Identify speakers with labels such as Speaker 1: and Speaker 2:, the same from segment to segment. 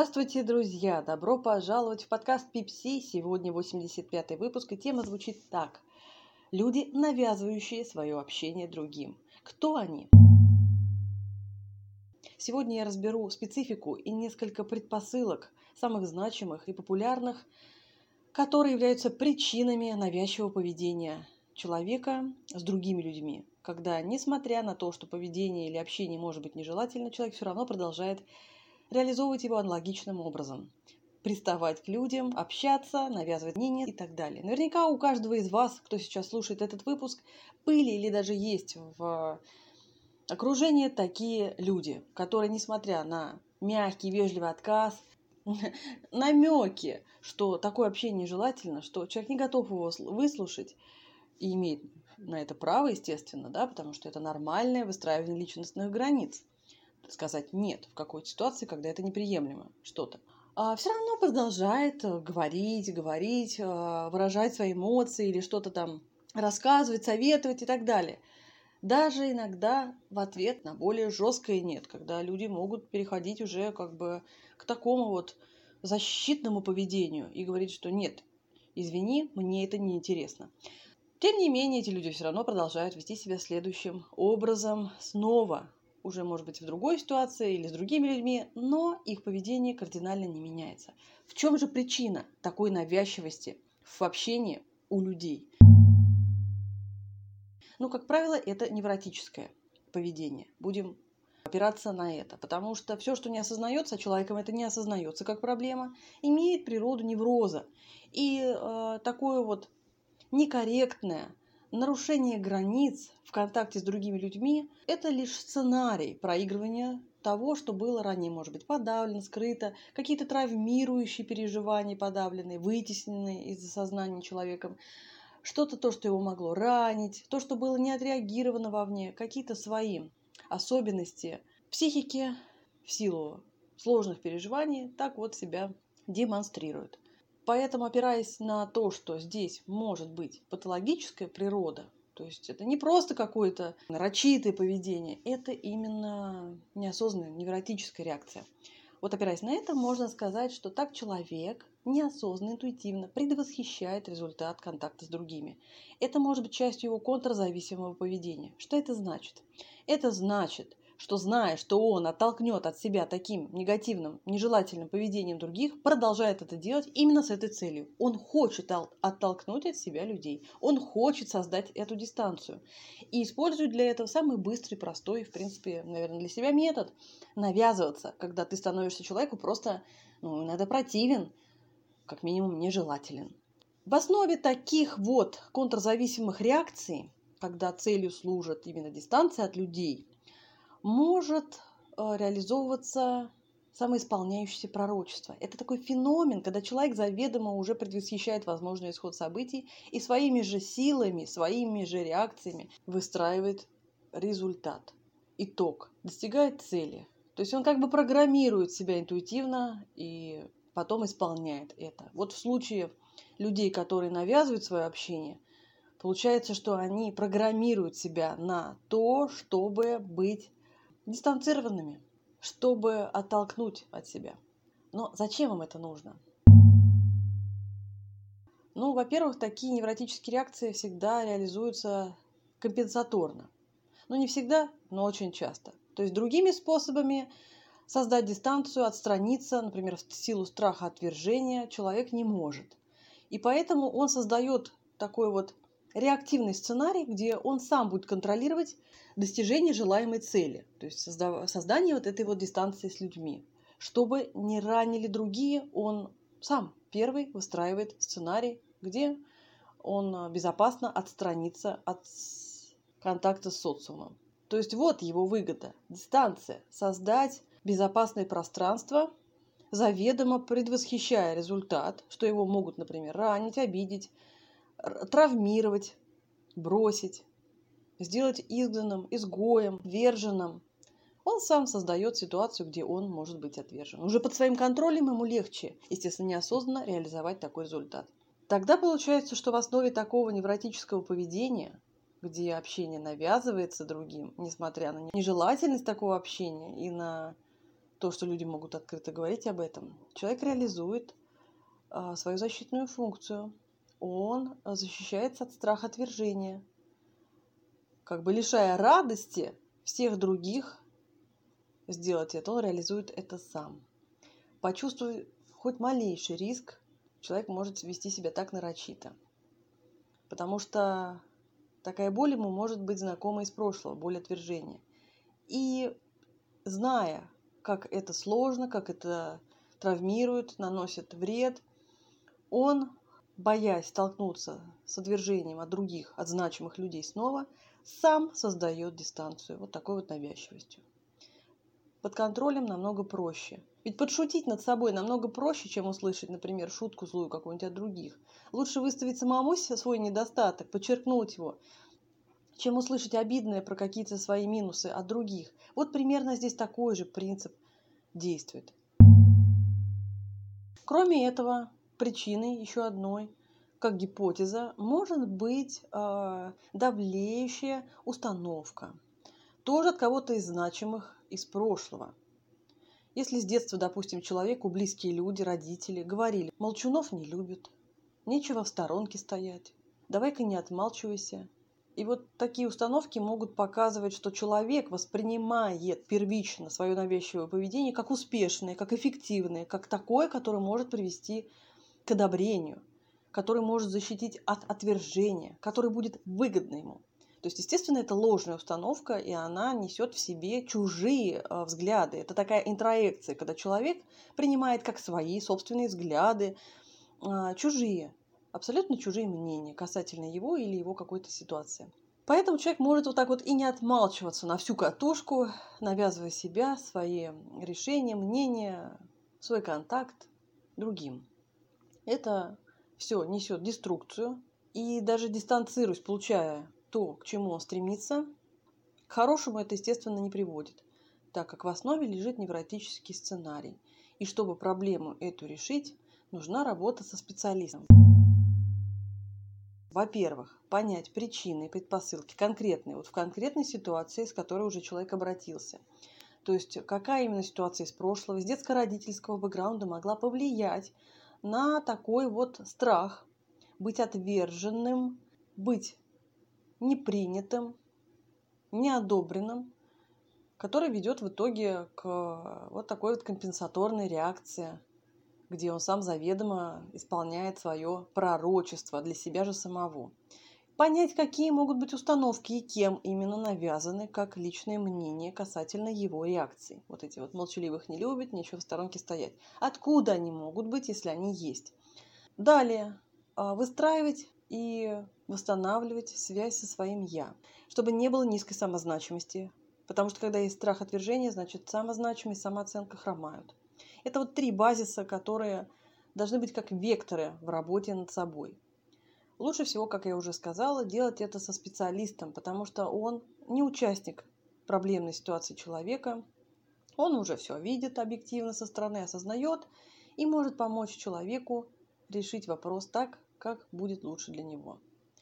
Speaker 1: Здравствуйте, друзья! Добро пожаловать в подкаст Пипси. Сегодня 85-й выпуск, и тема звучит так. Люди, навязывающие свое общение другим. Кто они? Сегодня я разберу специфику и несколько предпосылок, самых значимых и популярных, которые являются причинами навязчивого поведения человека с другими людьми. Когда, несмотря на то, что поведение или общение может быть нежелательно, человек все равно продолжает реализовывать его аналогичным образом. Приставать к людям, общаться, навязывать мнение и так далее. Наверняка у каждого из вас, кто сейчас слушает этот выпуск, были или даже есть в окружении такие люди, которые, несмотря на мягкий, вежливый отказ, намеки, что такое общение нежелательно, что человек не готов его выслушать и имеет на это право, естественно, да, потому что это нормальное выстраивание личностных границ. Сказать «нет» в какой-то ситуации, когда это неприемлемо что-то. Все равно продолжает говорить, выражать свои эмоции или что-то там рассказывать, советовать и так далее. Даже иногда в ответ на более жесткое «нет», когда люди могут переходить уже к такому вот защитному поведению и говорить, что «нет, извини, мне это неинтересно». Тем не менее, эти люди все равно продолжают вести себя следующим образом снова, уже, может быть, в другой ситуации или с другими людьми, но их поведение кардинально не меняется. В чем же причина такой навязчивости в общении у людей? Как правило, это невротическое поведение. Будем опираться на это, потому что все, что не осознается, человеком это не осознается как проблема, имеет природу невроза. И такое вот некорректное нарушение границ в контакте с другими людьми – это лишь сценарий проигрывания того, что было ранее, может быть, подавлено, скрыто, какие-то травмирующие переживания подавленные, вытесненные из сознания человеком, что-то то, что его могло ранить, то, что было не отреагировано вовне, какие-то свои особенности психики в силу сложных переживаний так вот себя демонстрируют. Поэтому, опираясь на то, что здесь может быть патологическая природа, то есть это не просто какое-то нарочитое поведение, это именно неосознанная невротическая реакция. Вот опираясь на это, можно сказать, что так человек неосознанно, интуитивно предвосхищает результат контакта с другими. Это может быть частью его контрзависимого поведения. Что это значит? Это значит, что, зная, что он оттолкнет от себя таким негативным, нежелательным поведением других, продолжает это делать именно с этой целью. Он хочет оттолкнуть от себя людей. Он хочет создать эту дистанцию. И использует для этого самый быстрый, простой, в принципе, наверное, для себя метод – навязываться, когда ты становишься человеку просто, иногда противен, как минимум нежелателен. В основе таких вот контрзависимых реакций, когда целью служит именно дистанция от людей, может реализовываться самоисполняющееся пророчество. Это такой феномен, когда человек заведомо уже предвосхищает возможный исход событий и своими же силами, своими же реакциями выстраивает результат, итог, достигает цели. То есть он программирует себя интуитивно и потом исполняет это. Вот в случае людей, которые навязывают свое общение, получается, что они программируют себя на то, чтобы быть дистанцированными, чтобы оттолкнуть от себя. Но зачем им это нужно? Во-первых, такие невротические реакции всегда реализуются компенсаторно. Не всегда, но очень часто. То есть другими способами создать дистанцию, отстраниться, например, в силу страха отвержения, человек не может. И поэтому он создает такой вот реактивный сценарий, где он сам будет контролировать достижение желаемой цели, то есть создание вот этой вот дистанции с людьми. Чтобы не ранили другие, он сам первый выстраивает сценарий, где он безопасно отстранится от контакта с социумом. То есть вот его выгода – дистанция, создать безопасное пространство, заведомо предвосхищая результат, что его могут, например, ранить, обидеть, травмировать, бросить, сделать изгнанным, изгоем, верженным. Он сам создает ситуацию, где он может быть отвержен. Уже под своим контролем ему легче, естественно, неосознанно реализовать такой результат. Тогда получается, что в основе такого невротического поведения, где общение навязывается другим, несмотря на нежелательность такого общения и на то, что люди могут открыто говорить об этом, человек реализует свою защитную функцию. Он защищается от страха отвержения, как бы лишая радости всех других сделать это, он реализует это сам. Почувствуя хоть малейший риск, человек может вести себя так нарочито. Потому что такая боль ему может быть знакома из прошлого, боль отвержения. И зная, как это сложно, как это травмирует, наносит вред, он, боясь столкнуться с отвержением от других, от значимых людей снова, сам создает дистанцию вот такой вот навязчивостью. Под контролем намного проще. Ведь подшутить над собой намного проще, чем услышать, например, шутку злую какую-нибудь от других. Лучше выставить самому свой недостаток, подчеркнуть его, чем услышать обидное про какие-то свои минусы от других. Вот примерно здесь такой же принцип действует. Кроме этого, причиной еще одной, как гипотеза, может быть давлеющая установка. Тоже от кого-то из значимых из прошлого. Если с детства, допустим, человеку близкие люди, родители говорили: молчунов не любят, нечего в сторонке стоять, давай-ка не отмалчивайся. И вот такие установки могут показывать, что человек воспринимает первично свое навязчивое поведение как успешное, как эффективное, как такое, которое может привести к одобрению, которое может защитить от отвержения, которое будет выгодно ему. То есть, естественно, это ложная установка, и она несет в себе чужие взгляды. Это такая интроекция, когда человек принимает как свои собственные взгляды, чужие, абсолютно чужие мнения касательно его или его какой-то ситуации. Поэтому человек может вот так вот и не отмалчиваться на всю катушку, навязывая себя, свои решения, мнения, свой контакт другим. Это все несет деструкцию, и даже дистанцируясь, получая то, к чему он стремится, к хорошему это, естественно, не приводит, так как в основе лежит невротический сценарий. И чтобы проблему эту решить, нужна работа со специалистом. Во-первых, понять причины и предпосылки конкретные, вот в конкретной ситуации, с которой уже человек обратился. То есть, какая именно ситуация из прошлого, из детско-родительского бэкграунда могла повлиять на такой вот страх быть отверженным, быть непринятым, неодобренным, который ведет в итоге к вот такой вот компенсаторной реакции, где он сам заведомо исполняет свое пророчество для себя же самого. Понять, какие могут быть установки и кем именно навязаны как личное мнение касательно его реакций. Вот эти вот молчаливых не любят, нечего в сторонке стоять. Откуда они могут быть, если они есть? Далее, выстраивать и восстанавливать связь со своим «я», чтобы не было низкой самозначимости. Потому что когда есть страх отвержения, значит самозначимость, самооценка хромают. Это вот 3 базиса, которые должны быть как векторы в работе над собой. Лучше всего, как я уже сказала, делать это со специалистом, потому что он не участник проблемной ситуации человека. Он уже все видит объективно со стороны, осознает и может помочь человеку решить вопрос так, как будет лучше для него.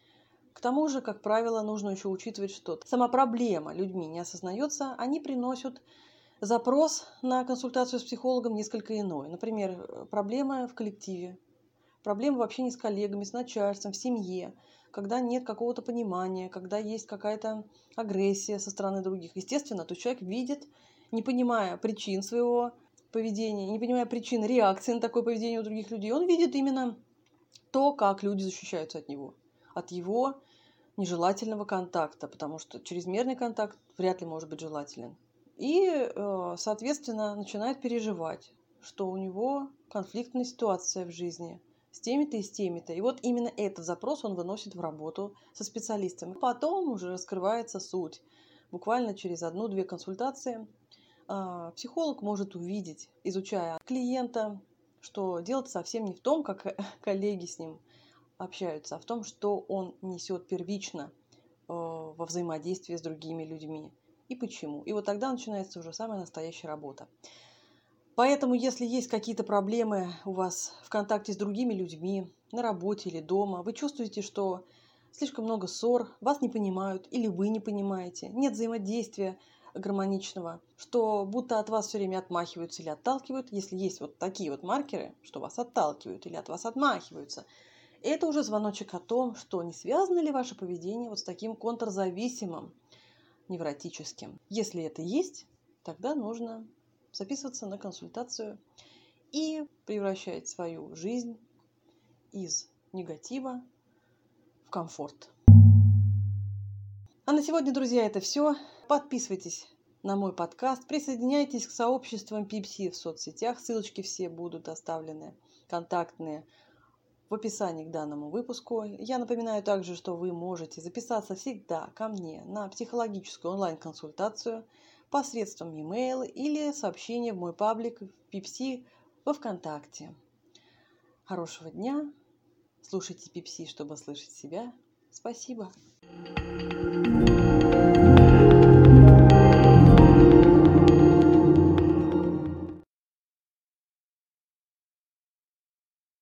Speaker 1: К тому же, как правило, нужно еще учитывать, что сама проблема людьми не осознается, они приносят запрос на консультацию с психологом несколько иной. Например, проблемы в коллективе, проблемы в общении с коллегами, с начальством, в семье, когда нет какого-то понимания, когда есть какая-то агрессия со стороны других. Естественно, то человек видит, не понимая причин своего поведения, не понимая причин реакции на такое поведение у других людей, он видит именно то, как люди защищаются от него, от его нежелательного контакта, потому что чрезмерный контакт вряд ли может быть желателен. И, соответственно, начинает переживать, что у него конфликтная ситуация в жизни с теми-то и с теми-то. И вот именно этот запрос он выносит в работу со специалистом. Потом уже раскрывается суть. Буквально через 1-2 консультации психолог может увидеть, изучая клиента, что дело совсем не в том, как коллеги с ним общаются, а в том, что он несет первично во взаимодействии с другими людьми и почему. И вот тогда начинается уже самая настоящая работа. Поэтому, если есть какие-то проблемы у вас в контакте с другими людьми, на работе или дома, вы чувствуете, что слишком много ссор, вас не понимают или вы не понимаете, нет взаимодействия гармоничного, что будто от вас все время отмахиваются или отталкивают. Если есть вот такие вот маркеры, что вас отталкивают или от вас отмахиваются, это уже звоночек о том, что не связано ли ваше поведение вот с таким контрзависимым, невротическим. Если это есть, тогда нужно записываться на консультацию и превращать свою жизнь из негатива в комфорт. А на сегодня, друзья, это все. Подписывайтесь на мой подкаст, присоединяйтесь к сообществам Пипси в соцсетях. Ссылочки все будут оставлены, контактные, в описании к данному выпуску. Я напоминаю также, что вы можете записаться всегда ко мне на психологическую онлайн-консультацию посредством e-mail или сообщения в мой паблик в Пипси во ВКонтакте. Хорошего дня! Слушайте Пипси, чтобы слышать себя. Спасибо!